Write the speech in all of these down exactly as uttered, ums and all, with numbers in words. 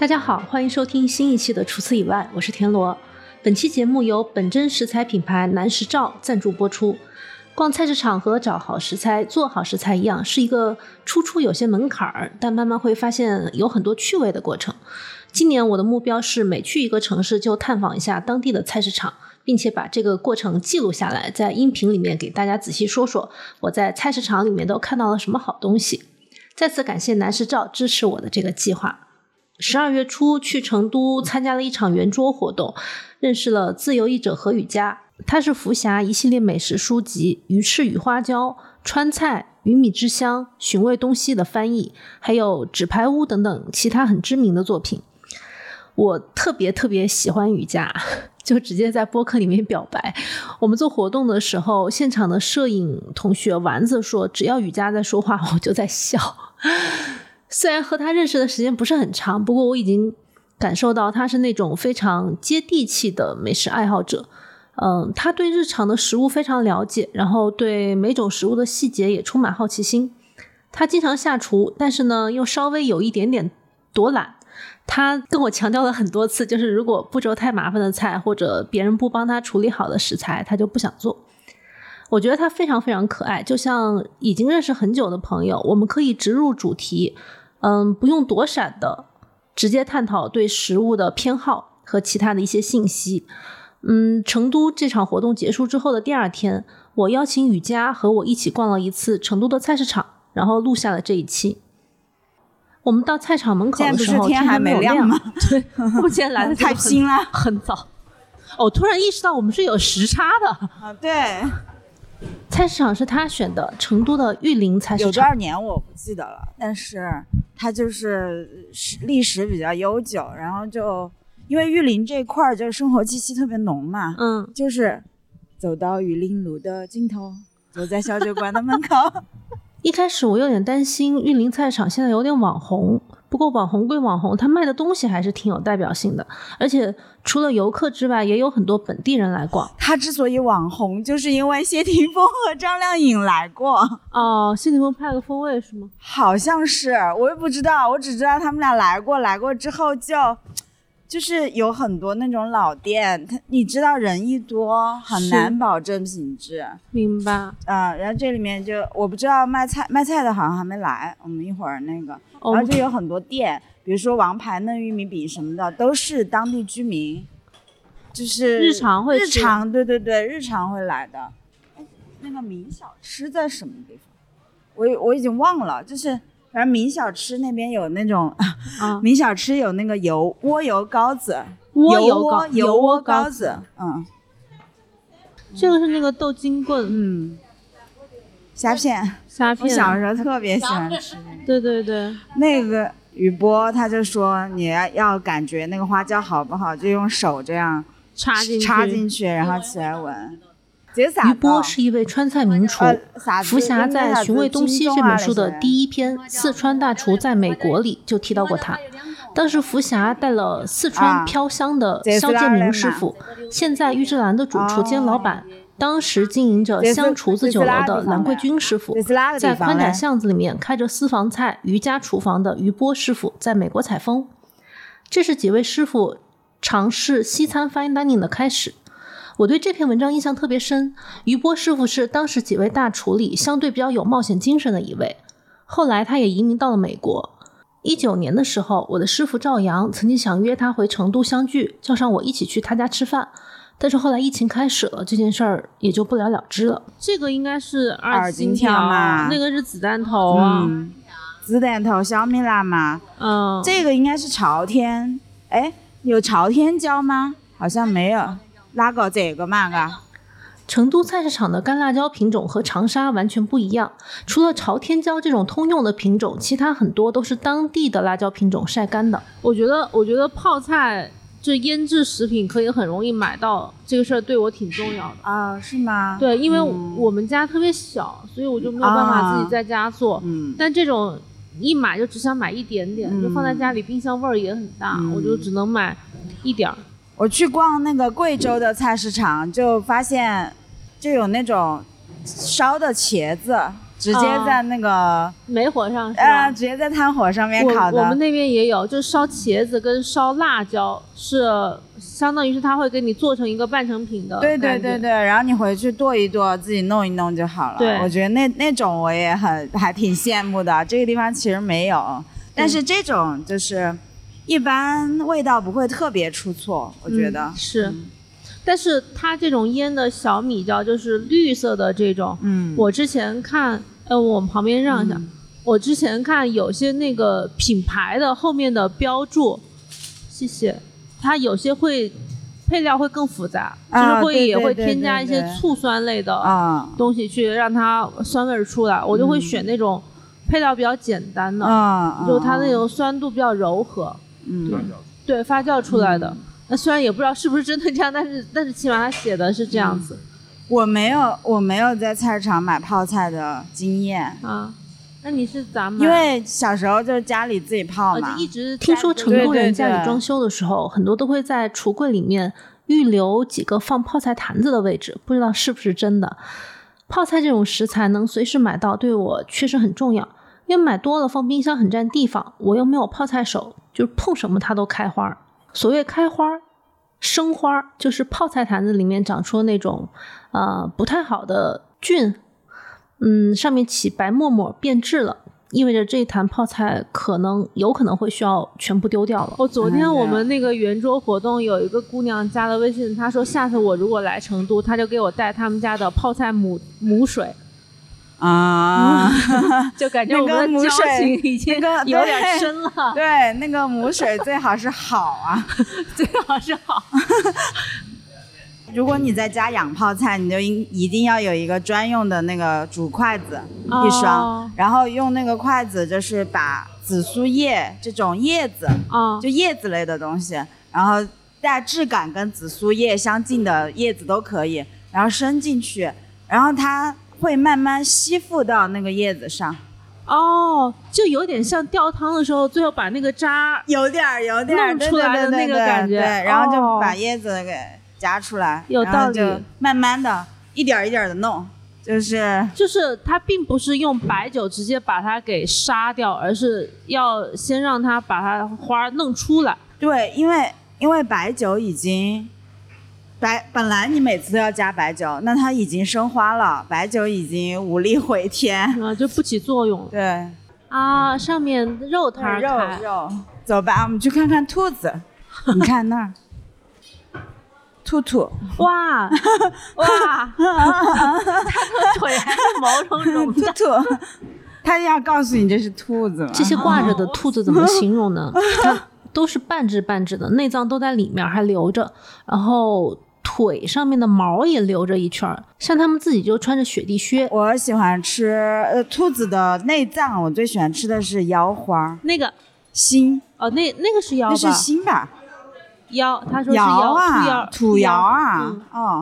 大家好，欢迎收听新一期的除此以外，我是田螺。本期节目由本真食材品牌南食照赞助播出。逛菜市场和找好食材做好食材一样，是一个初初有些门槛儿，但慢慢会发现有很多趣味的过程。今年我的目标是每去一个城市就探访一下当地的菜市场，并且把这个过程记录下来，在音频里面给大家仔细说说我在菜市场里面都看到了什么好东西。再次感谢南食照支持我的这个计划。十二月初去成都参加了一场圆桌活动，认识了自由译者何雨佳，他是福霞一系列美食书籍《鱼翅与花椒》、川菜、鱼米之乡、寻味东西的翻译，还有纸牌屋等等其他很知名的作品。我特别特别喜欢雨佳，就直接在播客里面表白。我们做活动的时候，现场的摄影同学丸子说，只要雨佳在说话我就在笑。虽然和他认识的时间不是很长，不过我已经感受到他是那种非常接地气的美食爱好者。嗯，他对日常的食物非常了解，然后对每种食物的细节也充满好奇心。他经常下厨，但是呢又稍微有一点点躲懒。他跟我强调了很多次，就是如果步骤太麻烦的菜或者别人不帮他处理好的食材，他就不想做。我觉得他非常非常可爱，就像已经认识很久的朋友，我们可以直入主题，嗯，不用躲闪的直接探讨对食物的偏好和其他的一些信息。嗯，成都这场活动结束之后的第二天，我邀请雨佳和我一起逛了一次成都的菜市场，然后录下了这一期。我们到菜场门口的时候， 天还没亮吗？ 对，我们今天来的太拼了， 很早。哦，突然意识到我们是有时差的啊！对， 菜市场是他选的，成都的玉林菜市场。 有多少年我不记得了，但是它就是历史比较悠久，然后就因为玉林这块就生活气息特别浓嘛， 嗯， 就是走到玉林路的尽头，走在小酒馆的门口。 一开始我有点担心玉林菜场现在有点网红，不过网红归网红，他卖的东西还是挺有代表性的，而且除了游客之外也有很多本地人来逛。 他之所以网红就是因为谢霆锋和张靓颖来过。 哦，谢霆锋拍了个风味是吗？ 好像是，我也不知道，我只知道他们俩来过，来过之后就就是有很多那种老店，他你知道人一多很难保证品质。 明白。 啊、呃，然后这里面就我不知道卖菜卖菜的好像还没来，我们一会儿那个，然后就有很多店，比如说王牌嫩玉米饼什么的，都是当地居民，就是日常会日常对对对日常会来的。那个名小吃在什么地方？我我已经忘了，就是反正名小吃那边有那种，啊、名小吃有那个油窝油糕子， 窝油糕油窝糕子，嗯， 这个是那个豆筋棍， 嗯，虾片， 虾片， 我小时候特别喜欢吃。 对对对， 那个雨波他就说你要感觉那个花椒好不好，就用手这样插进去， 插进去，然后起来闻。 余波是一位川菜名厨，呃、福霞在《寻味东西》这本书的第一篇《四川大厨在美国》里就提到过他。当时福霞带了四川飘香的肖建明师傅，啊、现在玉芝兰的主厨兼老板，哦、当时经营着香厨子酒楼的兰桂君师傅，在宽窄巷子里面开着私房菜余家厨房的余波师傅在美国采风。这是几位师傅尝试西餐 fine dining 的开始。我对这篇文章印象特别深，余波师傅是当时几位大厨里相对比较有冒险精神的一位，后来他也移民到了美国。一九年的时候，我的师傅赵阳曾经想约他回成都相聚，叫上我一起去他家吃饭，但是后来疫情开始了，这件事儿也就不了了之了。这个应该是二荆条嘛，那个是子弹头啊， 嗯、子弹头小米辣嘛， 嗯， 这个应该是朝天，哎，有朝天椒吗？好像没有。哪个这个嘛个？ 成都菜市场的干辣椒品种和长沙完全不一样，除了朝天椒这种通用的品种，其他很多都是当地的辣椒品种晒干的。我觉得，我觉得泡菜这腌制食品可以很容易买到，这个事儿对我挺重要的啊，是吗？ 对，因为我们家特别小，所以我就没有办法自己在家做。 嗯， 但这种一买就只想买一点点，嗯、就放在家里，冰箱味儿也很大，嗯、我就只能买一点儿。 我去逛那个贵州的菜市场，就发现就有那种烧的茄子， 直接在那个、 啊、煤火上是吧、 呃、直接在炭火上面烤的。 我, 我们那边也有，就是烧茄子跟烧辣椒，是相当于是它会给你做成一个半成品的。 对对对对，然后你回去剁一剁，自己弄一弄就好了。 对， 我觉得那那种我也很还挺羡慕的。这个地方其实没有，但是这种就是一般味道不会特别出错，我觉得、 嗯、是。 嗯， 但是它这种腌的小米椒就是绿色的这种， 嗯， 我之前看，呃，我们旁边让一下、嗯，我之前看有些那个品牌的后面的标注，谢谢，它有些会配料会更复杂， 啊、 就是会对对对对对对， 也会添加一些醋酸类的东西去让它酸味出来，我就会选那种配料比较简单的， 啊、 就它那种酸度比较柔和， 嗯， 对，发酵出来的。 嗯， 那虽然也不知道是不是真的这样，但是但是起码他写的是这样子。 嗯、我没有我没有在菜市场买泡菜的经验啊。那你是咋买？ 因为小时候就是家里自己泡嘛。 就一直听说成都人家里装修的时候，对对对，很多都会在橱柜里面预留几个放泡菜坛子的位置，不知道是不是真的。泡菜这种食材能随时买到，对我确实很重要，因为买多了放冰箱很占地方，我又没有泡菜手，就是碰什么它都开花。所谓开花生花，就是泡菜坛子里面长出那种呃不太好的菌，嗯，上面起白沫沫变质了，意味着这一坛泡菜可能有可能会需要全部丢掉了。哦，昨天我们那个圆桌活动有一个姑娘加了微信，她说下次我如果来成都，她就给我带他们家的泡菜母母水啊、 嗯，就感觉我们的交情已经有点深了。 那个、对, 对，那个母水最好是好啊， 最好是好。 如果你在家养泡菜，你就一定要有一个专用的那个煮筷子、哦、一双，然后用那个筷子就是把紫苏叶这种叶子、哦、就叶子类的东西，然后带质感跟紫苏叶相近的叶子都可以，然后伸进去，然后它会慢慢吸附到那个叶子上。 哦，就有点像吊汤的时候最后把那个渣有点有点弄出来的那个感觉， 对，对，对，对，然后就把叶子给夹出来， 有道理， 慢慢的一点一点的弄，就是就是它并不是用白酒直接把它给杀掉，而是要先让它把它花弄出来。 对，因为因为白酒已经白本来你每次都要加白酒，那它已经生花了，白酒已经无力回天啊，就不起作用。 对啊，上面肉摊肉肉，走吧，我们去看看兔子。你看那儿。兔兔， 哇哇，它的腿还是毛茸茸的。 兔兔，他要告诉你这是兔子吗？ 这些挂着的兔子怎么形容呢？它都是半只半只的，内脏都在里面还留着，然后腿上面的毛也留着一圈，像他们自己就穿着雪地靴。 我喜欢吃呃兔子的内脏，我最喜欢吃的是腰花， 那个心哦，那那个是腰吧？ 那是心吧？ 腰，他说是腰啊， 土窑啊， 嗯、 哦，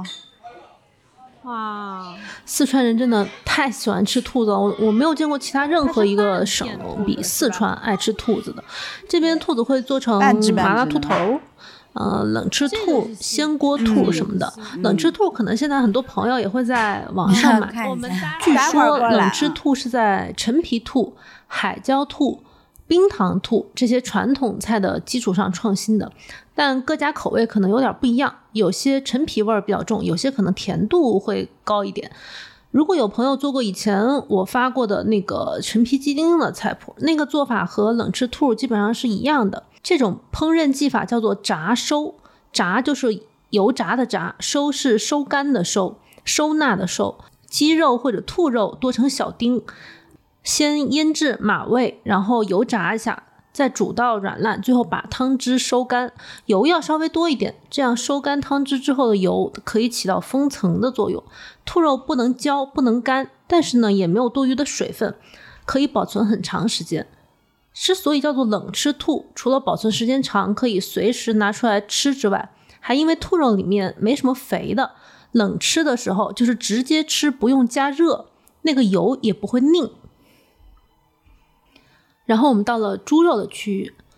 哇，四川人真的太喜欢吃兔子了，我我没有见过其他任何一个省比四川爱吃兔子的。这边兔子会做成麻辣兔头，呃，冷吃兔、鲜锅兔什么的。 嗯、 冷吃兔可能现在很多朋友也会在网上买。 我们据说冷吃兔是在陈皮兔、海椒兔、冰糖兔这些传统菜的基础上创新的，但各家口味可能有点不一样，有些陈皮味比较重，有些可能甜度会高一点。如果有朋友做过以前我发过的那个陈皮鸡丁的菜谱，那个做法和冷吃兔基本上是一样的。这种烹饪技法叫做炸收，炸就是油炸的炸，收是收干的收，收纳的收。鸡肉或者兔肉剁成小丁，先腌制码味，然后油炸一下，再煮到软烂，最后把汤汁收干，油要稍微多一点，这样收干汤汁之后的油可以起到封层的作用。兔肉不能焦不能干，但是呢也没有多余的水分，可以保存很长时间。之所以叫做冷吃兔，除了保存时间长可以随时拿出来吃之外，还因为兔肉里面没什么肥的，冷吃的时候就是直接吃，不用加热，那个油也不会拧。然后我们到了猪肉的区域，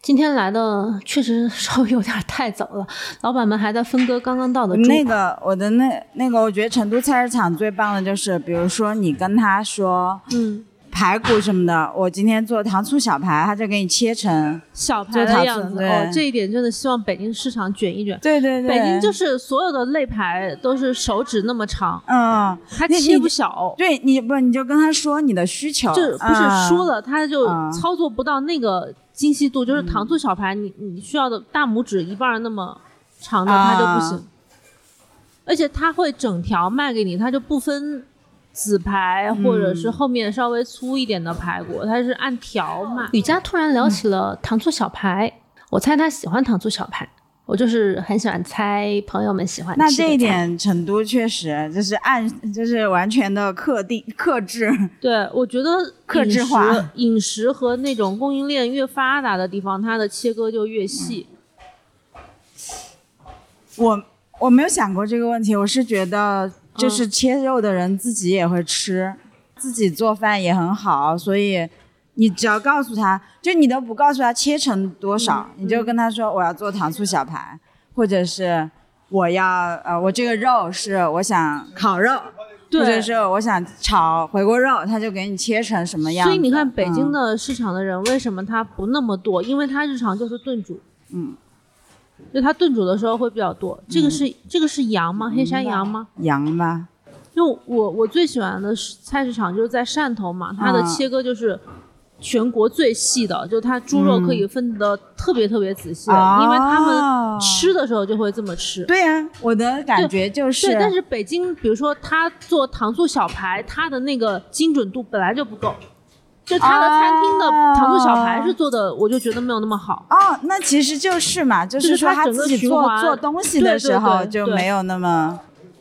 今天来的确实稍微有点太早了，老板们还在分割刚刚到的猪。 那个我的那那个，我觉得成都菜市场最棒的就是，比如说你跟他说， 嗯， 排骨什么的，我今天做糖醋小排，他就给你切成小排的样子。哦，这一点真的希望北京市场卷一卷。 对对对， 北京就是所有的肋排都是手指那么长， 嗯， 它切不小。 对，你不你就跟他说你的需求， 就不是说了， 嗯、 他就操作不到那个精细度，就是糖醋小排，你你需要的大拇指一半那么长的，它就不行。啊、而且它会整条卖给你，它就不分紫排或者是后面稍微粗一点的排骨，它是按条卖。雨佳突然聊起了糖醋小排，嗯、我猜他喜欢糖醋小排。我就是很喜欢猜朋友们喜欢吃的菜。 那这一点成都确实就是按就是完全的克定克制。 对，我觉得克制化饮食和那种供应链越发达的地方，它的切割就越细。 嗯、我我没有想过这个问题，我是觉得就是切肉的人自己也会吃，嗯、自己做饭也很好，所以你只要告诉他，就你都不告诉他切成多少，嗯、你就跟他说我要做糖醋小排，或者是我要呃我这个肉是我想烤肉，或者是我想炒回锅肉，他就给你切成什么样子。 所以你看北京的市场的人为什么他不那么多？嗯、因为他日常就是炖煮， 嗯， 就他炖煮的时候会比较多。这个是、嗯、这个是羊吗？黑山羊吗？ 羊吧。 因为我我最喜欢的菜市场就是在汕头嘛，它的切割就是全国最细的，就它猪肉可以分得特别特别仔细的，嗯、因为他们吃的时候就会这么吃。 对呀、啊，我的感觉就是。 对，但是北京，比如说他做糖醋小排，他的那个精准度本来就不够，就他的餐厅的糖醋小排是做的，我就觉得没有那么好。 哦，那其实就是嘛，就是说他自己做做东西的时候就没有那么。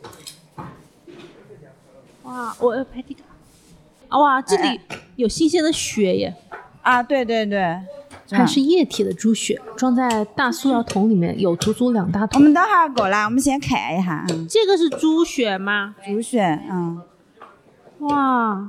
哇，我要拍这个。哇，这里有新鲜的血耶！ 啊，对对对， 还是液体的猪血，装在大塑料桶里面，有足足两大桶。 我们等会儿过来，我们先看一下。 嗯、这个是猪血吗？ 猪血，嗯。 哇。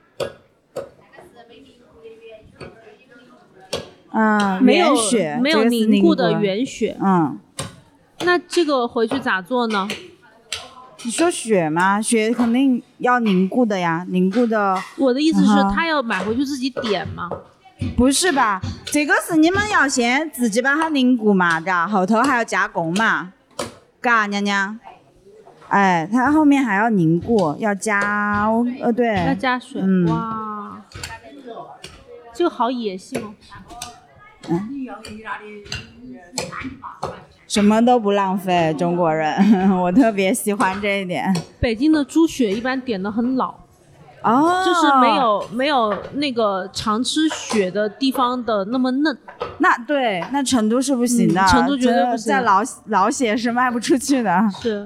嗯， 没有血， 没有凝固的原血。 嗯。 那这个回去咋做呢？ 你说血吗？血肯定要凝固的呀，凝固的。 我的意思是，他要买回去自己点吗？ 不是吧？这个是你们要先自己把它凝固嘛，的，后头还要加工嘛，嘎娘娘。哎，它后面还要凝固，要加呃对。 要加水。嗯、哇，这个好野性哦。 嗯。什么都不浪费，中国人，我特别喜欢这一点。 北京的猪血一般点的很老， 哦， 就是没有没有那个常吃血的地方的那么嫩。 那对，那成都是不行的， 嗯、成都绝对不行， 在老老血是卖不出去的。 是。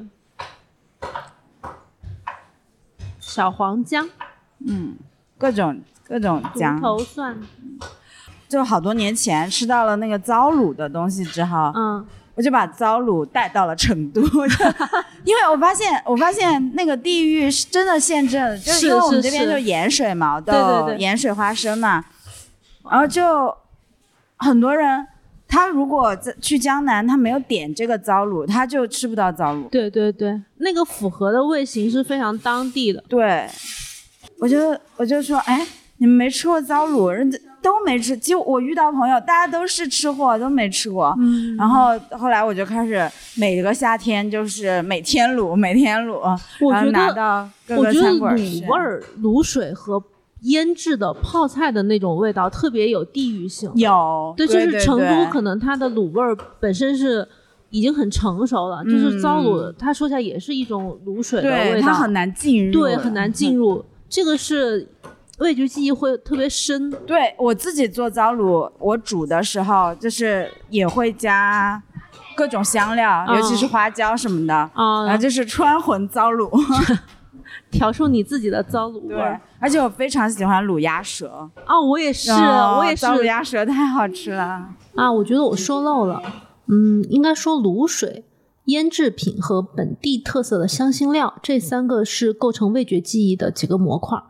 小黄姜， 嗯，各种各种姜， 胡头蒜。 就好多年前吃到了那个糟卤的东西之后，嗯。我就把糟卤带到了成都，因为我发现，我发现那个地域是真的限制了，就是因为我们这边就盐水嘛， 对对对， 盐水花生嘛，然后就很多人，他如果去江南，他没有点这个糟卤，他就吃不到糟卤。 对对对，那个符合的味型是非常当地的。 对，我就我就说，哎，你们没吃过糟卤，人家都没吃，就我遇到朋友，大家都是吃货，都没吃过。嗯，然后后来我就开始每个夏天就是每天卤，每天卤，然后拿到各个餐馆吃。 我觉得卤味儿、卤水和腌制的泡菜的那种味道特别有地域性。 有， 对，就是成都可能它的卤味儿本身是已经很成熟了，嗯、就是糟卤，它说起来也是一种卤水的味道， 对，它很难进入， 对，很难进入。这个是。味觉记忆会特别深。 对，我自己做糟卤，我煮的时候就是也会加各种香料，嗯、尤其是花椒什么的，嗯、然后就是川混糟卤， 调出你自己的糟卤味。 对，而且我非常喜欢卤鸭舌。 哦，我也是，我也是。 糟卤鸭舌太好吃了。 啊，我觉得我说漏了，嗯，应该说卤水、腌制品和本地特色的香辛料，这三个是构成味觉记忆的几个模块。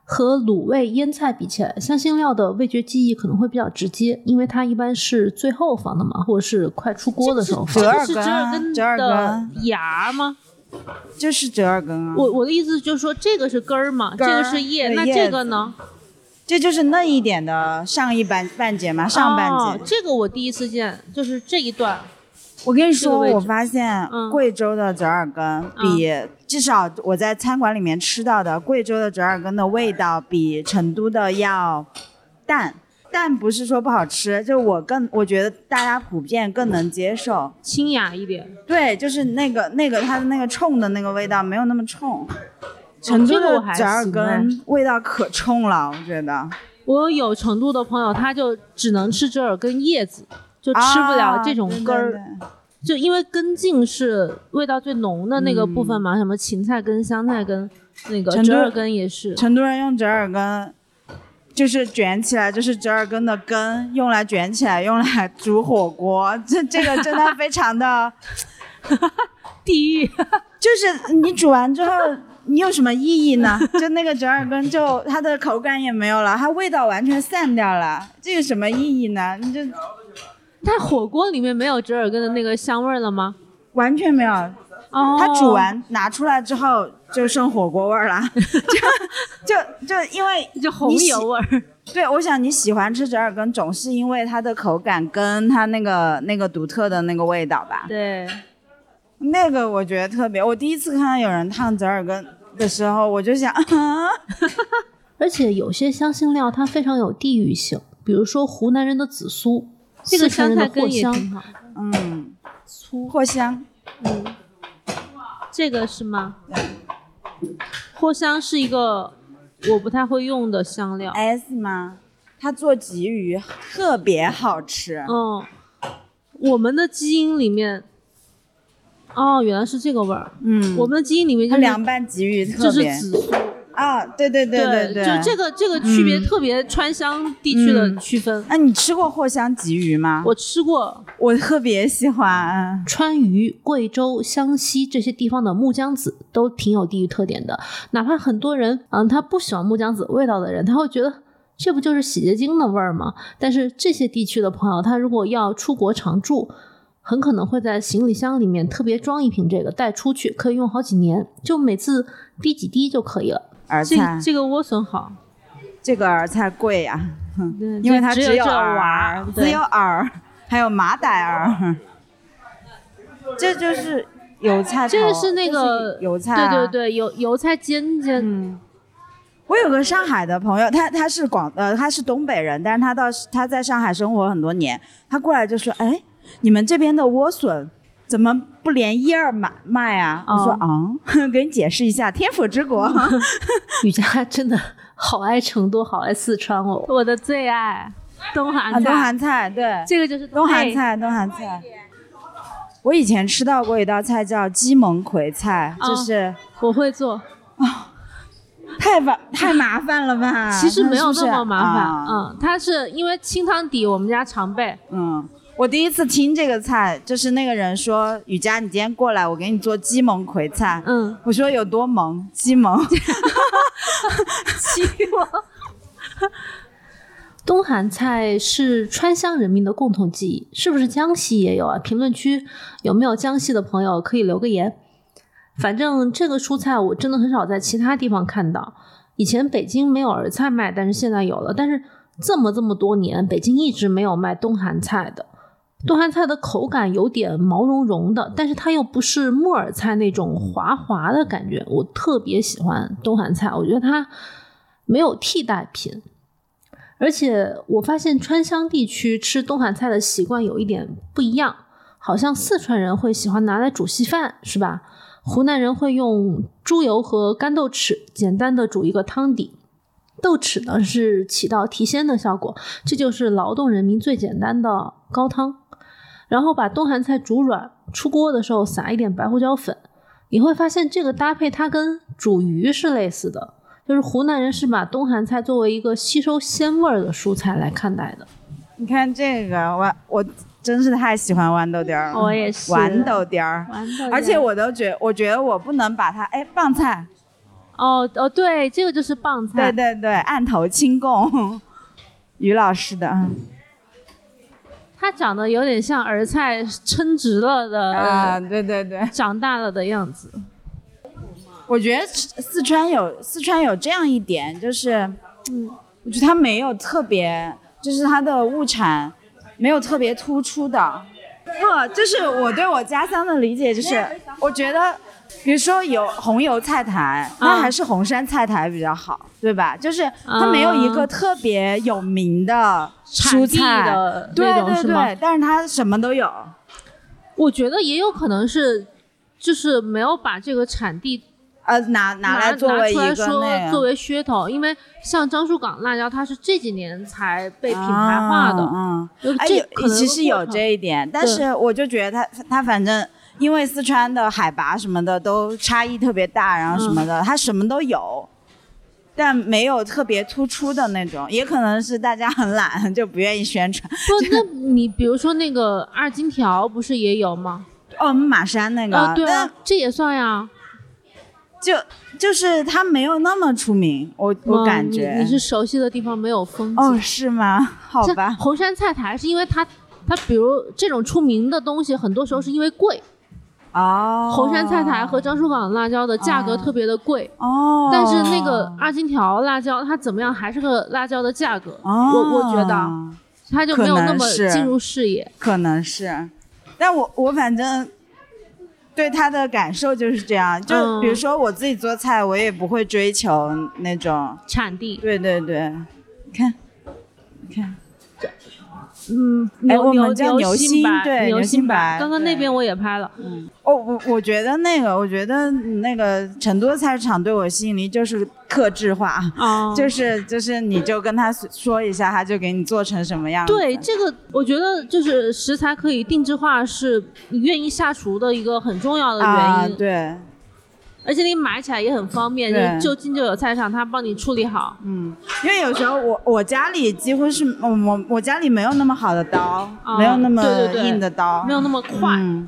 和卤味腌菜比起来，香辛料的味觉记忆可能会比较直接，因为它一般是最后放的嘛，或者是快出锅的时候放。 折耳根，折耳根的芽吗？ 就是折耳根啊。 我我的意思就是说，这个是根儿嘛，这个是叶，那这个呢？ 这就是嫩一点的上一半半截嘛，上半截。 哦，这个我第一次见，就是这一段。 我跟你说，我发现贵州的折耳根比、嗯、至少我在餐馆里面吃到的贵州的折耳根的味道比成都的要淡。淡不是说不好吃，就我更我觉得大家普遍更能接受， 清雅一点。 对，就是那个那个它的那个冲的那个味道没有那么冲。成都的折耳根味道可冲了，我觉得。 我有成都的朋友，他就只能吃折耳根叶子。就吃不了这种根儿、啊，就因为根茎是味道最浓的那个部分嘛，嗯、什么芹菜根、香菜根，那个折耳根也是。 成都人用折耳根，就是卷起来，就是折耳根的根，用来卷起来，用来煮火锅。这这个真的非常的地狱。 就是你煮完之后，你有什么意义呢？就那个折耳根就，就它的口感也没有了，它味道完全散掉了，这有什么意义呢？你就。 它火锅里面没有折耳根的那个香味了吗？ 完全没有。哦，它煮完拿出来之后就剩火锅味了，就就就因为就红油味儿。 对，我想你喜欢吃折耳根，总是因为它的口感跟它那个那个独特的那个味道吧？ 对， 那个我觉得特别。我第一次看到有人烫折耳根的时候，我就想，啊、 而且有些香辛料它非常有地域性，比如说湖南人的紫苏。这个香菜根也挺好的， 嗯，粗藿香， 嗯，这个是吗？藿香是一个我不太会用的香料。 S 吗？它做鲫鱼特别好吃。 嗯，我们的基因里面，哦，原来是这个味儿。嗯，我们的基因里面就是凉拌鲫鱼特别， 就是紫苏。 啊，对对对对对， 就这个这个区别特别川湘地区的区分。 哎、嗯，啊、你吃过藿香鲫鱼吗？ 我吃过， 我特别喜欢。 川渝、贵州、湘西这些地方的木姜子都挺有地域特点的，哪怕很多人嗯他不喜欢木姜子味道的人，他会觉得这不就是洗洁精的味儿吗？但是这些地区的朋友，他如果要出国常住，很可能会在行李箱里面特别装一瓶这个带出去，可以用好几年，就每次滴几滴就可以了。 耳菜这, 这个莴笋好， 这个耳菜贵呀、啊，因为它只有耳，只有耳，还有马黛儿，这就是油菜头， 这个是那个油菜、啊， 对对对，油油菜尖尖。 嗯，我有个上海的朋友，他他是广呃他是东北人，但是他到他在上海生活很多年，他过来就说，哎，你们这边的莴笋怎么不连叶儿买卖啊？哦、我说啊、嗯，给你解释一下，天府之国。 雨佳真的好爱成都，好爱四川哦，我的最爱东韩菜。 啊、东韩菜，对， 这个就是东韩菜，东韩菜。我以前吃到过一道菜叫鸡蒙葵菜， 哦、 就是我会做。 哦太麻太麻烦了吧？ 其实没有那么麻烦，是是嗯，它是因为清汤底，我们家常备， 嗯。我第一次听这个菜，就是那个人说：“雨佳，你今天过来，我给你做鸡蒙葵菜。”嗯，我说有多蒙？鸡蒙，鸡蒙。东韩菜是川湘人民的共同记忆，是不是江西也有啊？评论区有没有江西的朋友可以留个言。反正这个蔬菜我真的很少在其他地方看到。以前北京没有儿菜卖，但是现在有了。但是这么这么多年，北京一直没有卖东韩菜的。东韩菜的口感有点毛茸茸的，但是它又不是木耳菜那种滑滑的感觉，我特别喜欢东韩菜，我觉得它没有替代品。而且我发现川湘地区吃东韩菜的习惯有一点不一样，好像四川人会喜欢拿来煮稀饭，是吧？湖南人会用猪油和干豆豉简单的煮一个汤底，豆豉呢是起到提鲜的效果，这就是劳动人民最简单的高汤。然后把东韩菜煮软，出锅的时候撒一点白胡椒粉，你会发现这个搭配它跟煮鱼是类似的，就是湖南人是把东韩菜作为一个吸收鲜味的蔬菜来看待的。 你看这个，我我真是太喜欢豌豆丁儿了， 我也是豌豆丁儿， 豌豆丁儿， 而且我都觉我觉得我不能把它，哎，棒菜， 哦哦，对，这个就是棒菜。 对对对，案头清贡，于老师的。 它长得有点像儿菜撑直了的啊，对对对， 长大了的样子。 我觉得四川有四川有这样一点，就是，嗯，我觉得它没有特别，就是它的物产没有特别突出的。不，就是我对我家乡的理解，就是我觉得，比如说有红油菜苔，那还是红山菜苔比较好，嗯、对吧？就是它没有一个特别有名的蔬菜的对那种对对，但是它什么都有。 我觉得也有可能是，就是没有把这个产地。 呃，拿拿来作为一个那个作为噱头，因为像樟树港辣椒，它是这几年才被品牌化的， 嗯， 哎， 其实有这一点，但是我就觉得它它反正因为四川的海拔什么的都差异特别大，然后什么的，嗯、它什么都有，但没有特别突出的那种，也可能是大家很懒，就不愿意宣传。 不，那你比如说那个二荆条不是也有吗？ 哦，我们马山那个， 哦，对啊，这也算呀。 就就是它没有那么出名，我我感觉、 嗯、你, 你是熟悉的地方没有风景哦，是吗？好吧。 红山菜苔是因为它它比如这种出名的东西，很多时候是因为贵哦。 红山菜苔和樟树港辣椒的价格特别的贵哦， 但是那个二荆条辣椒它怎么样还是个辣椒的价格， 哦、 我我觉得它就没有那么进入视野， 可能是，但我我反正。对他的感受就是这样，就比如说我自己做菜，我也不会追求那种产地。 对对对，你看，你看， 嗯， 哎，我们叫牛心，对， 牛心白。 刚刚那边我也拍了。 嗯，哦，我我觉得那个，我觉得那个成都菜市场对我吸引力就是客制化， 哦、 就是就是你就跟他说一下，他就给你做成什么样子。 对，这个我觉得就是食材可以定制化，是你愿意下厨的一个很重要的原因。 啊、对。 而且你买起来也很方便，就就近就有菜场，他帮你处理好。 嗯，因为有时候我我家里几乎是我我我家里没有那么好的刀， 哦、 没有那么硬的刀， 对对对没有那么快。嗯。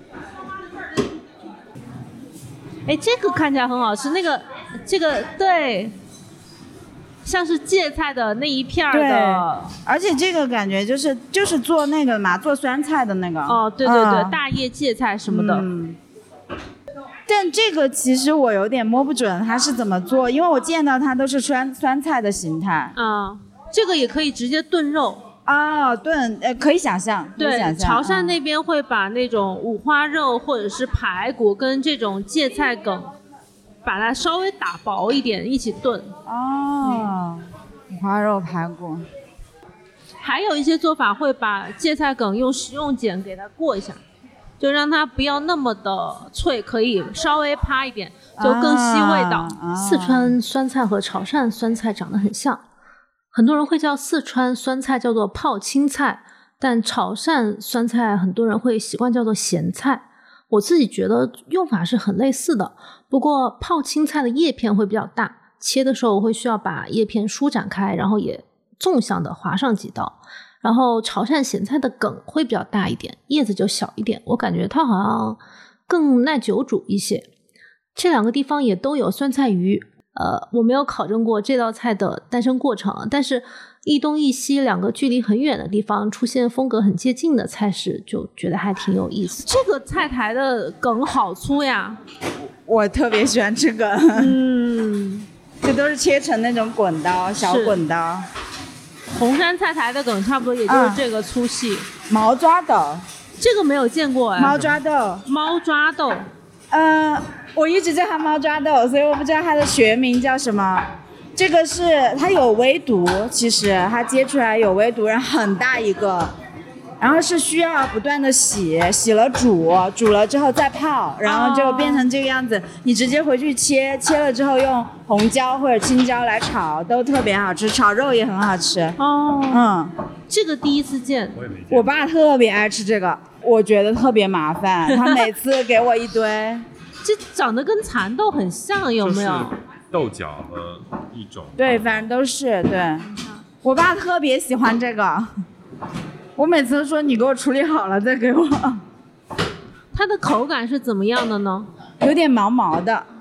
哎，这个看起来很好吃，那个这个对，像是芥菜的那一片的。 对，而且这个感觉就是就是做那个嘛，做酸菜的那个。 哦，对对对，嗯、大叶芥菜什么的。 嗯。但这个其实我有点摸不准它是怎么做，因为我见到它都是酸酸菜的形态。 啊，这个也可以直接炖肉。 哦，炖呃可以想象。 对， 想象潮汕那边会把那种五花肉或者是排骨跟这种芥菜梗，把它稍微打薄一点一起炖。 哦，五花肉排骨。 还有一些做法会把芥菜梗用食用碱给它过一下。就让它不要那么的脆，可以稍微趴一点，就更吸味道。 啊啊、 四川酸菜和潮汕酸菜长得很像，很多人会叫四川酸菜叫做泡青菜，但潮汕酸菜很多人会习惯叫做咸菜。我自己觉得用法是很类似的，不过泡青菜的叶片会比较大，切的时候会需要把叶片舒展开，然后也纵向的划上几刀。然后潮汕咸菜的梗会比较大一点，叶子就小一点，我感觉它好像更耐久煮一些。这两个地方也都有酸菜鱼，呃，我没有考证过这道菜的诞生过程，但是一东一西两个距离很远的地方出现风格很接近的菜式，就觉得还挺有意思。这个菜苔的梗好粗呀， 我特别喜欢吃梗。 嗯， 这都是切成那种滚刀，小滚刀。 红山菜苔的梗差不多也就是这个粗细。 嗯、毛抓豆， 这个没有见过哎。 猫抓豆， 猫抓豆， 呃，我一直叫它猫抓豆，所以我不知道它的学名叫什么。这个是它有微毒，其实它接出来有微毒，然后很大一个，然后是需要不断的洗，洗了煮，煮了之后再泡，然后就变成这个样子。哦、你直接回去切，切了之后用红椒或者青椒来炒，都特别好吃，炒肉也很好吃。 哦， 嗯， 这个第一次见。 我也没见。 我爸特别爱吃这个，我觉得特别麻烦，他每次给我一堆。 这长得跟蚕豆很像，有没有？ 就是豆角的一种。 对，反正都是对。我爸特别喜欢这个。我每次都说你给我处理好了再给我。 它的口感是怎么样的呢？ 有点毛毛的。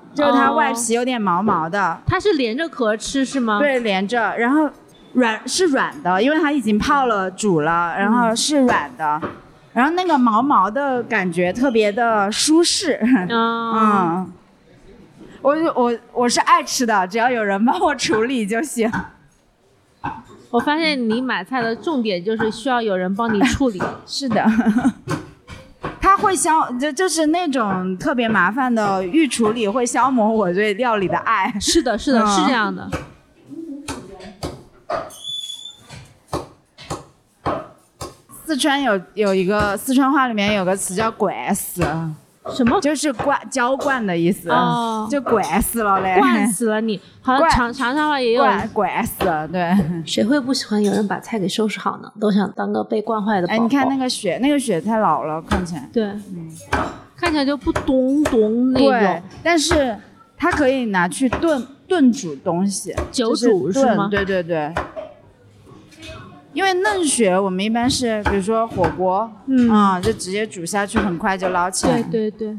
就是它外皮有点毛毛的。 它是连着壳吃是吗？ 对，连着，然后软是软的，因为它已经泡了煮了，然后是软的，嗯、然后那个毛毛的感觉特别的舒适。 哦、 嗯，我我我是爱吃的，只要有人帮我处理就行。 我发现你买菜的重点就是需要有人帮你处理。 是的。它会消，就就是那种特别麻烦的预处理会消磨我对料理的爱。 是的，是的，嗯、是这样的。 四川有有一个四川话里面有个词叫灌死， 什么？ 就是灌浇灌的意思， 哦、 就灌死了嘞， 灌死了你。好像长长沙话也有灌灌死了，对。 谁会不喜欢有人把菜给收拾好呢？都想当个被惯坏的宝宝。 哎，你看那个雪，那个雪太老了，看起来。 对，嗯，看起来就不咚咚那种。 对，但是它可以拿去炖炖煮东西， 久煮是吗？ 对对对。因为嫩雪我们一般是，比如说火锅，嗯啊，就直接煮下去，很快就捞起来。 对对对。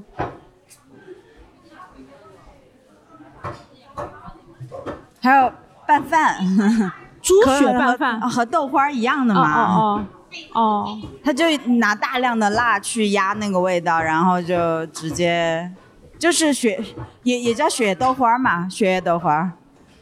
还有拌饭， 猪血拌饭和, 和豆花一样的嘛。 哦哦哦， 他就拿大量的辣去压那个味道，然后就直接就是雪也也叫雪豆花嘛，雪叶豆花。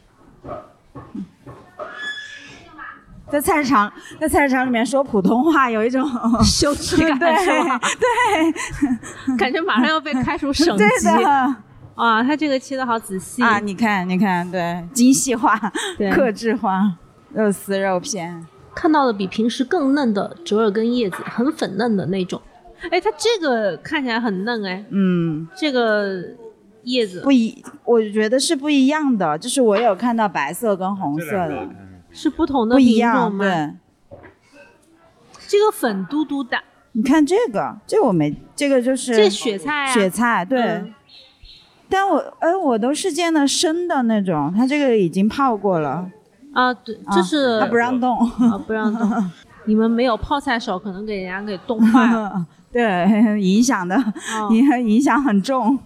在菜市场，在菜市场里面说普通话有一种羞耻感， 对对，感觉马上要被开除省级。 对的。 啊，它这个切的好仔细啊！你看，你看，对，精细化、克制化，肉丝、肉片。 看到了比平时更嫩的折耳根叶子，很粉嫩的那种。哎，它这个看起来很嫩哎。 嗯， 这个叶子不一，我觉得是不一样的。就是我有看到白色跟红色的， 是不同的品种吗？ 对， 这个粉嘟嘟的。 你看这个，这个我没，这个就是这雪菜啊， 雪菜对。嗯，但我哎，我都是见的生的那种，它这个已经泡过了。 啊，对，这是它、啊、不让动， 啊，不让动。你们没有泡菜手，可能给人家给冻坏了。 对，影响的，影、哦、影响很重。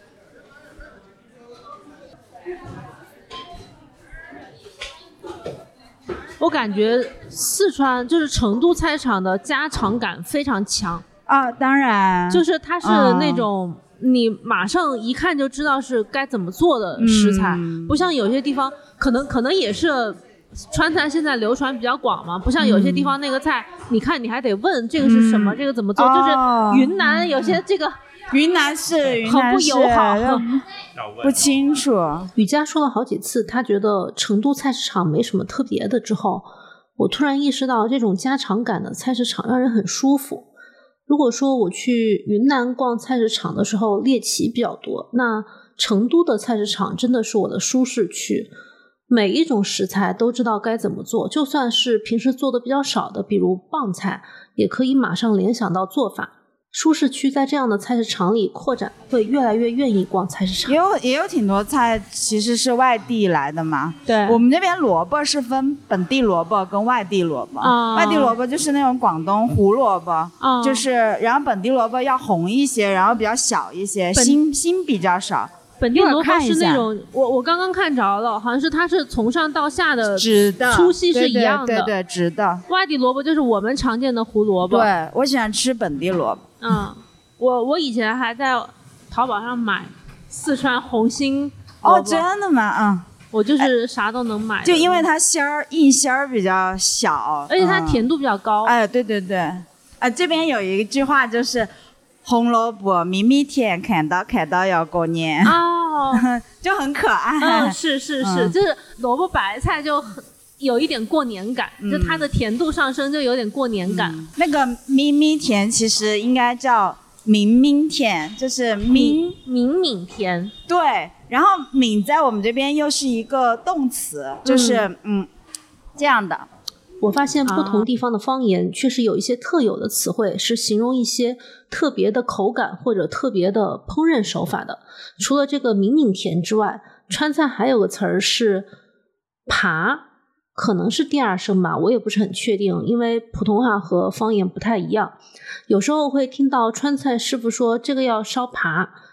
我感觉四川就是成都菜场的家常感非常强啊，当然， 就是它是那种。嗯，你马上一看就知道是该怎么做的食材，嗯、不像有些地方可能可能也是川菜现在流传比较广嘛，不像有些地方那个菜，嗯、你看你还得问这个是什么，嗯、这个怎么做，哦、就是云南有些这个云南是很不友好， 不清楚。 雨佳说了好几次，他觉得成都菜市场没什么特别的之后，我突然意识到这种家常感的菜市场让人很舒服。如果说我去云南逛菜市场的时候猎奇比较多，那成都的菜市场真的是我的舒适区，每一种食材都知道该怎么做，就算是平时做的比较少的，比如棒菜，也可以马上联想到做法。舒适区在这样的菜市场里扩展，会越来越愿意逛菜市场。 也有也有挺多菜其实是外地来的嘛。 对， 我们这边萝卜是分本地萝卜跟外地萝卜。哦、外地萝卜就是那种广东胡萝卜，哦、就是然后本地萝卜要红一些，然后比较小一些，心心比较少。 本地萝卜是那种，我我刚刚看着了，好像是它是从上到下的直的， 粗细是一样的， 对 对, 对, 对直的。 外地萝卜就是我们常见的胡萝卜。 对，我喜欢吃本地萝卜。 嗯，我我以前还在淘宝上买四川红心哦，真的吗？嗯， 我就是啥都能买， 就因为它馅儿硬馅儿比较小， 而且它甜度比较高。 嗯、哎，对对对，啊、呃，这边有一句话就是红萝卜咪咪甜，看到看到要过年哦， 就很可爱。 嗯，是是是，嗯、就是萝卜白菜就很。有一点过年感，嗯、就它的甜度上升，就有点过年感。 嗯、那个咪咪甜其实应该叫明明甜，就是明明明甜。 对，然后敏在我们这边又是一个动词，就是嗯, 嗯这样的。 我发现不同地方的方言确实有一些特有的词汇，是形容一些特别的口感或者特别的烹饪手法的。除了这个明明甜之外，川菜还有个词儿是扒。可能是第二声吧，我也不是很确定，因为普通话和方言不太一样。有时候会听到川菜师傅说这个要烧扒，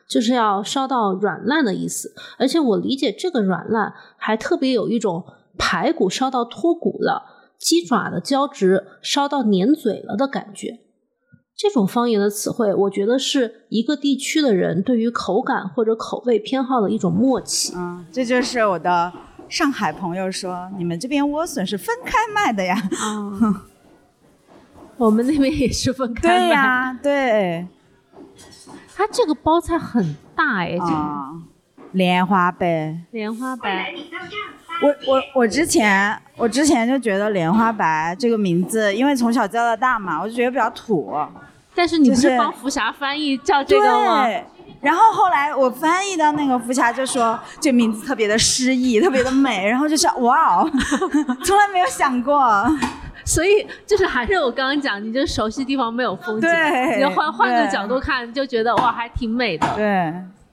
就是要烧到软烂的意思。而且我理解这个软烂还特别有一种排骨烧到脱骨了，鸡爪的胶质烧到粘嘴了的感觉。这种方言的词汇，我觉得是一个地区的人对于口感或者口味偏好的一种默契。 嗯，这就是我的上海朋友说，你们这边莴笋是分开卖的呀。 嗯我们那边也是分开卖。 对呀、啊，对。 它这个包菜很大哎，这个、 哦、莲花白。 莲花白。 我我我之前我之前就觉得莲花白这个名字，因为从小叫到大嘛，我就觉得比较土。 但是你不是帮福霞翻译叫这个吗？ 对。然后后来我翻译到那个福霞就说这名字特别的诗意，特别的美，然后就是哇哦，从来没有想过。 所以就是还是我刚刚讲，你就熟悉地方没有风景， 对， 你就换换个角度看，就觉得哇还挺美的。 对。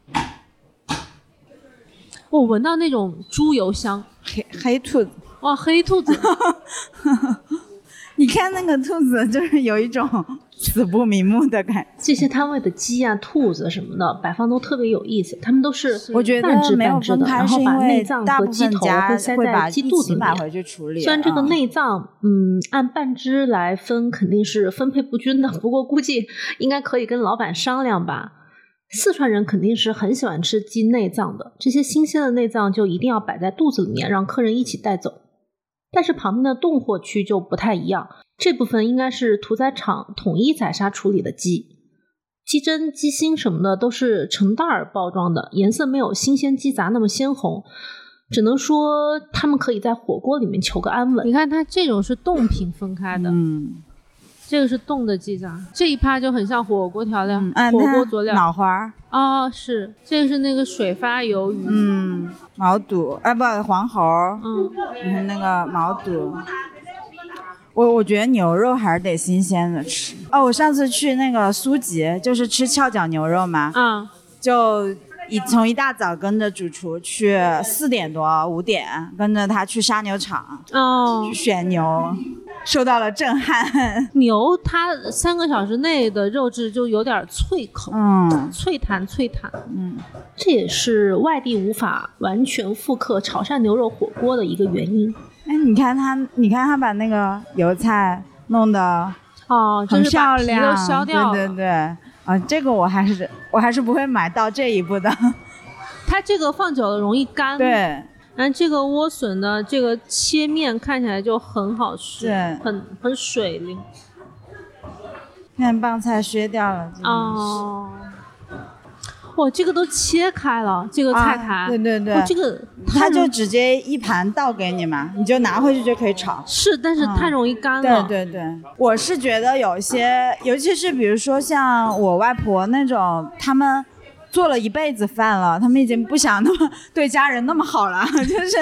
我闻到那种猪油香， 黑黑兔子， 哇，黑兔子！ 你看那个兔子，就是有一种死不瞑目的感觉。 这些摊位的鸡啊、兔子什么的摆放都特别有意思，他们都是我觉得半只半只的，然后把内脏和鸡头会塞在鸡肚子里面。 回去处理。 虽然这个内脏，嗯，按半只来分肯定是分配不均的，不过估计应该可以跟老板商量吧。四川人肯定是很喜欢吃鸡内脏的，这些新鲜的内脏就一定要摆在肚子里面，让客人一起带走。但是旁边的冻货区就不太一样，这部分应该是屠宰场统一宰杀处理的鸡，鸡胗、鸡心什么的都是成袋儿包装的，颜色没有新鲜鸡杂那么鲜红，只能说他们可以在火锅里面求个安稳。你看它这种是冻品分开的， 嗯， 这个是冻的鸡杂，这一趴就很像火锅调料、 嗯、 火锅佐料。 脑花哦，是这个是那个水发鱿鱼， 嗯，毛肚，哎不，黄喉， 嗯， 然后那个毛肚。我我觉得牛肉还是得新鲜的吃。哦，我上次去那个苏吉，就是吃翘脚牛肉嘛， 嗯， 就一从一大早跟着主厨去，四点多五点跟着他去杀牛场， 哦， 去选牛。受到了震撼。 牛它三个小时内的肉质就有点脆口， 嗯， 脆弹脆弹， 嗯， 这也是外地无法完全复刻潮汕牛肉火锅的一个原因。 哎，你看他，你看他把那个油菜弄得哦， 很漂亮， 就是把皮都削掉了， 对对对，啊，这个我还是我还是不会买到这一步的。 它这个放久了容易干， 对。 然后这个莴笋的这个切面看起来就很好吃， 对， 很很水灵。 看棒菜削掉了哦，哇，这个都切开了，这个菜坛， 啊、对对对， 哦、这个他就直接一盘倒给你嘛，你就拿回去就可以炒。 是，但是太容易干了。 嗯、对对对，我是觉得有些，尤其是比如说像我外婆那种，他们。做了一辈子饭了，他们已经不想那么对家人那么好了，就是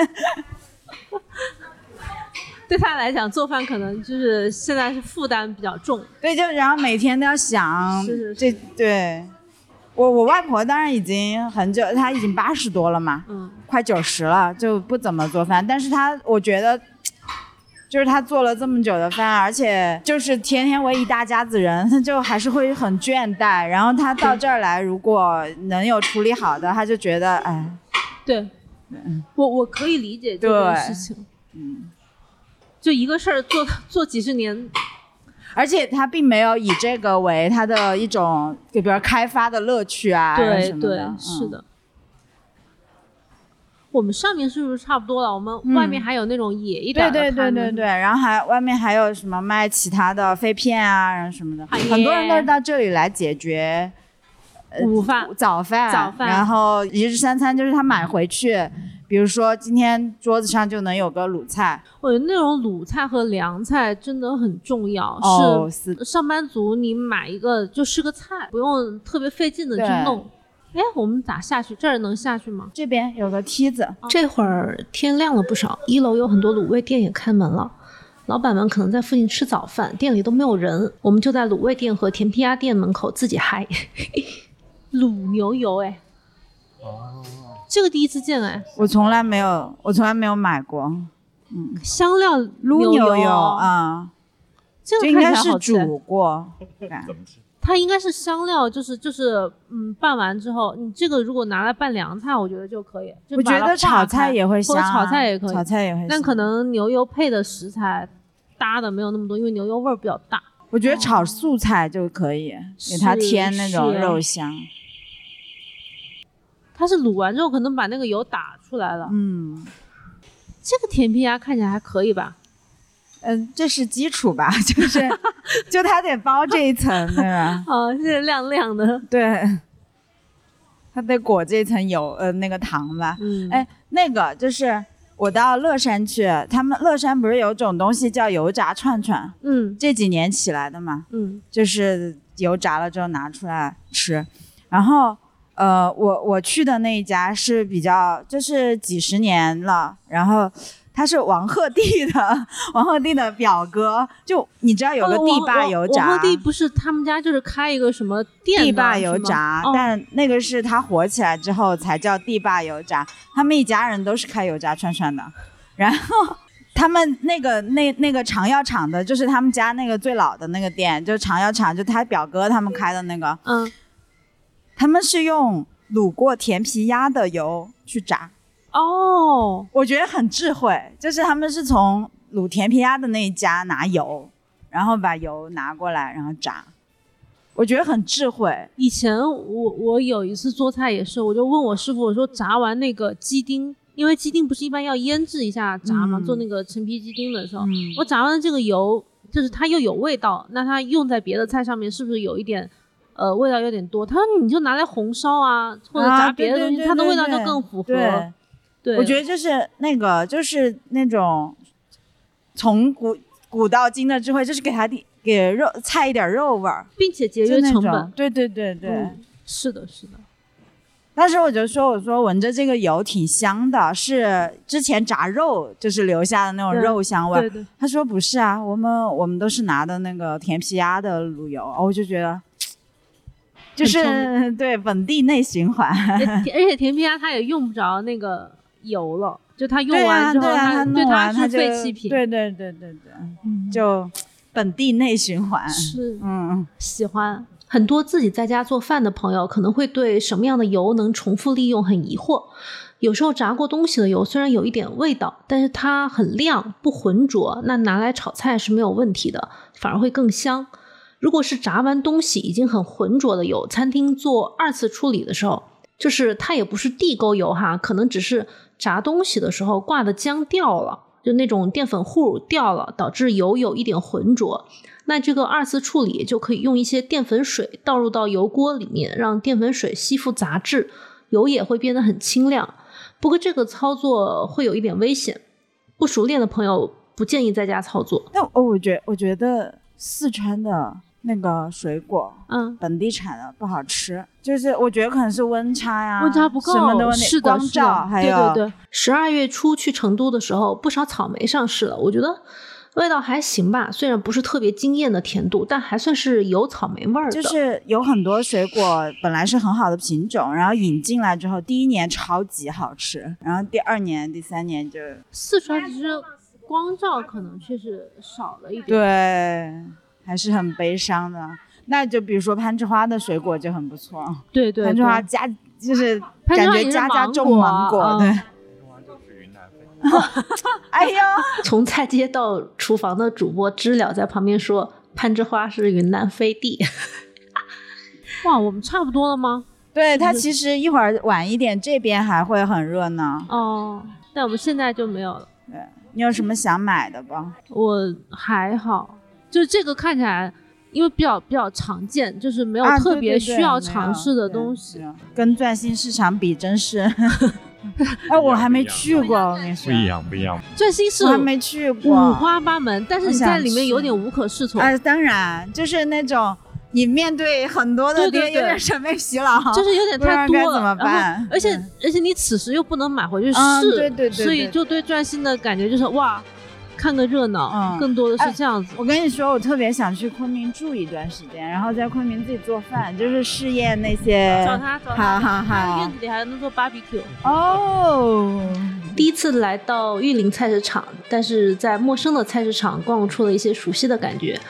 对他来讲做饭可能就是现在是负担比较重。 对，就然后每天都要想， 是是是这对我我外婆当然已经很久，她已经八十多了嘛， 嗯， 快九十了，就不怎么做饭，但是她我觉得。就是他做了这么久的饭，而且就是天天为一大家子人，他就还是会很倦怠。然后他到这儿来，如果能有处理好的，他就觉得哎， 对，嗯、我我可以理解这件事情。嗯，就一个事儿做做几十年， 而且他并没有以这个为他的一种，比如开发的乐趣啊， 对什么的对， 嗯、 是的。我们上面是不是差不多了？我们外面还有那种野一点的、 嗯、对对对对对，然后还外面还有什么卖其他的肺片啊，然后什么的，很多人都是到这里来解决、 呃、午饭、 早饭、 早饭， 然后一日三餐就是他买回去，比如说今天桌子上就能有个卤菜。 我觉得那种卤菜和凉菜真的很重要， 哦、 是上班族你买一个就是个菜，不用特别费劲的去弄。哎，我们咋下去？这儿能下去吗？ 这边有个梯子。 这会儿天亮了不少，一楼有很多卤味店也开门了，老板们可能在附近吃早饭，店里都没有人，我们就在卤味店和甜皮鸭店门口自己嗨。卤牛油，哎，哦，这个第一次见哎， 我从来没有，我从来没有买过。嗯， 香料卤牛油啊、嗯， 这个应该是煮过。 怎么吃？ 它它应该是香料，就是就是嗯，拌完之后，你这个如果拿来拌凉菜，我觉得就可以。就我觉得炒菜也会香、啊， 或者炒菜也可以， 炒菜也会香。 但可能牛油配的食材搭的没有那么多，因为牛油味儿比较大。 我觉得炒素菜就可以，哦、给它添那种肉香。 它是卤完之后可能把那个油打出来了。 嗯， 这个甜皮鸭看起来还可以吧？ 嗯，这是基础吧，就是就它得包这一层，对吧？ 哦，是亮亮的。 对，它得裹这层油，呃，那个糖吧。 嗯， 哎，那个就是我到乐山去，他们乐山不是有种东西叫油炸串串？ 嗯， 这几年起来的嘛。 嗯， 就是油炸了之后拿出来吃，然后呃，我我去的那一家是比较就是几十年了，然后。他是王鹤棣的，王鹤棣的表哥，就你知道有个地坝油炸， 哦、王鹤棣不是他们家就是开一个什么店地坝油炸， 哦、 但那个是他火起来之后才叫地坝油炸，他们一家人都是开油炸串串的，然后他们那个那那个长药厂的，就是他们家那个最老的那个店，就是长药厂，就他表哥他们开的那个， 嗯， 他们是用卤过甜皮鸭的油去炸。 哦， 我觉得很智慧，就是他们是从卤甜皮鸭的那一家拿油，然后把油拿过来，然后炸。我觉得很智慧。 以前我我有一次做菜也是，我就问我师傅，我说炸完那个鸡丁，因为鸡丁不是一般要腌制一下炸嘛，嗯、做那个陈皮鸡丁的时候，嗯、我炸完的这个油，就是它又有味道，那它用在别的菜上面是不是有一点？呃，味道有点多。他说你就拿来红烧啊，或者炸别的东西，啊、对对对对对，它的味道就更符合。 对。对，我觉得就是那个，就是那种从古古到今的智慧，就是给它给肉菜一点肉味儿， 并且节约成本。 对对对对、 嗯，是的，是的。 当时我就说，我说闻着这个油挺香的，是之前炸肉就是留下的那种肉香味。 对对对， 他说不是啊，我们我们都是拿的那个甜皮鸭的卤油，我就觉得。就是对本地内循环， 而且甜皮鸭它也用不着那个油了，就它用完之后， 对啊， 它对它是废弃品， 对对对对对，嗯、就本地内循环。 是， 嗯， 喜欢。很多自己在家做饭的朋友可能会对什么样的油能重复利用很疑惑。有时候炸过东西的油虽然有一点味道，但是它很亮不浑浊，那拿来炒菜是没有问题的，反而会更香。如果是炸完东西已经很浑浊的油，餐厅做二次处理的时候，就是它也不是地沟油哈，可能只是炸东西的时候挂的浆掉了，就那种淀粉糊掉了，导致油有一点浑浊。那这个二次处理就可以用一些淀粉水倒入到油锅里面，让淀粉水吸附杂质，油也会变得很清亮。不过这个操作会有一点危险，不熟练的朋友不建议在家操作。 但我觉得我觉得四川的那个水果， 嗯， 本地产的不好吃，就是我觉得可能是温差呀， 温差不够， 什么的问题， 是的， 光照，还有对对对。十二月初去成都的时候，不少草莓上市了，我觉得味道还行吧，虽然不是特别惊艳的甜度，但还算是有草莓味儿的。 就是有很多水果本来是很好的品种，然后引进来之后，第一年超级好吃，然后第二年、第三年就四川其实光照可能确实少了一点， 对。还是很悲伤的。那就比如说攀枝花的水果就很不错， 对 对, 对， 攀枝花家就是感觉家家种芒果， 芒果对。 攀枝花就是云南飞。 哎呦， 从菜街到厨房的主播知了在旁边说攀枝花是云南飞地。哇，我们差不多了吗？ 对，它其实一会儿晚一点这边还会很热闹哦，但我们现在就没有了。 对，你有什么想买的吧？ 我还好。就是这个看起来，因为比较比较常见，就是没有特别需要尝试的东西。 啊、跟钻心市场比，真是。哎，我还没去过，我跟你说。 不一样，不一样。 钻心市我还没去过， 五花八门，但是你在里面有点无可适从。 啊、呃，当然，就是那种你面对很多的店，有点审美疲劳， 就是有点太多了， 不知道该怎么办？ 而且而且你此时又不能买回去试， 嗯、对, 对, 对, 对, 对， 所以就对钻心的感觉就是哇。看个热闹、 嗯， 更多的是这样子、 哎。我跟你说，我特别想去昆明住一段时间，然后在昆明自己做饭，就是试验那些。 找他，找他， 好好好。 院子里还能做 barbecue。 哦， 第一次来到玉林菜市场，但是在陌生的菜市场逛出了一些熟悉的感觉。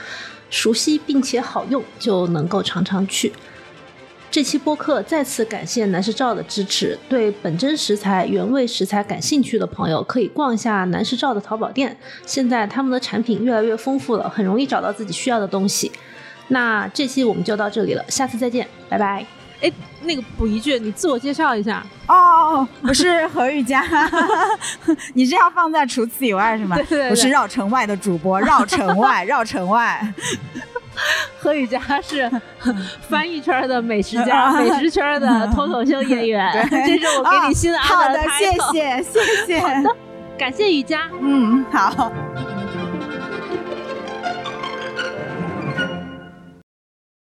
熟悉并且好用，就能够常常去。这期播客再次感谢南石照的支持，对本真食材、原味食材感兴趣的朋友可以逛一下南石照的淘宝店，现在他们的产品越来越丰富了，很容易找到自己需要的东西。那这期我们就到这里了，下次再见，拜拜。哎，那个补一句，你自我介绍一下。 哦，我是何雨佳。你是要放在除此以外是吗？ 对对对， 我是绕城外的主播，绕城外，绕城外。 何雨佳是翻译圈的美食家，美食圈的脱口秀演员。这是我给你新的安排的 title。 好的，谢谢谢谢。 好的，感谢雨佳。 嗯，好。